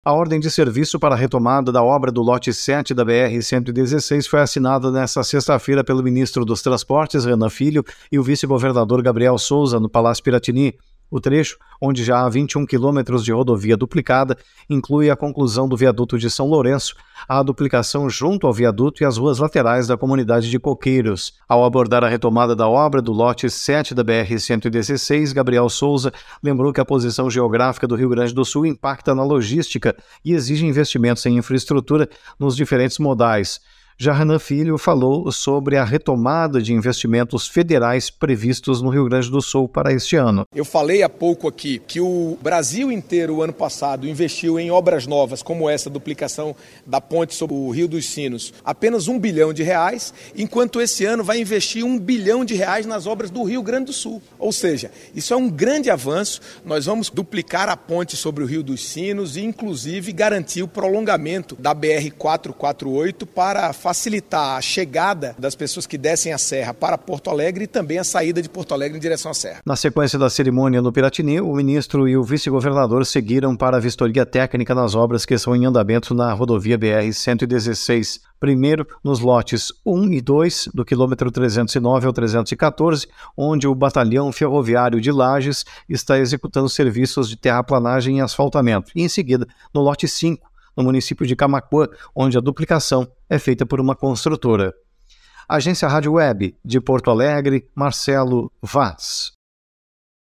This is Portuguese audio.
A ordem de serviço para a retomada da obra do lote 7 da BR-116 foi assinada nesta sexta-feira pelo ministro dos Transportes, Renan Filho, e o vice-governador Gabriel Souza, no Palácio Piratini. O trecho, onde já há 21 quilômetros de rodovia duplicada, inclui a conclusão do viaduto de São Lourenço, a duplicação junto ao viaduto e as ruas laterais da comunidade de Coqueiros. Ao abordar a retomada da obra do lote 7 da BR-116, Gabriel Souza lembrou que a posição geográfica do Rio Grande do Sul impacta na logística e exige investimentos em infraestrutura nos diferentes modais. Já Renan Filho falou sobre a retomada de investimentos federais previstos no Rio Grande do Sul para este ano. Eu falei há pouco aqui que o Brasil inteiro, o ano passado, investiu em obras novas, como essa duplicação da ponte sobre o Rio dos Sinos, apenas R$1 bilhão, enquanto esse ano vai investir R$1 bilhão nas obras do Rio Grande do Sul. Ou seja, isso é um grande avanço. Nós vamos duplicar a ponte sobre o Rio dos Sinos e, inclusive, garantir o prolongamento da BR-448 para facilitar a chegada das pessoas que descem a serra para Porto Alegre e também a saída de Porto Alegre em direção à serra. Na sequência da cerimônia no Piratini, o ministro e o vice-governador seguiram para a vistoria técnica nas obras que estão em andamento na rodovia BR-116. Primeiro, nos lotes 1 e 2, do quilômetro 309 ao 314, onde o Batalhão Ferroviário de Lages está executando serviços de terraplanagem e asfaltamento. E em seguida, no lote 5, no município de Camaquã, onde a duplicação é feita por uma construtora. Agência Rádio Web, de Porto Alegre, Marcelo Vaz.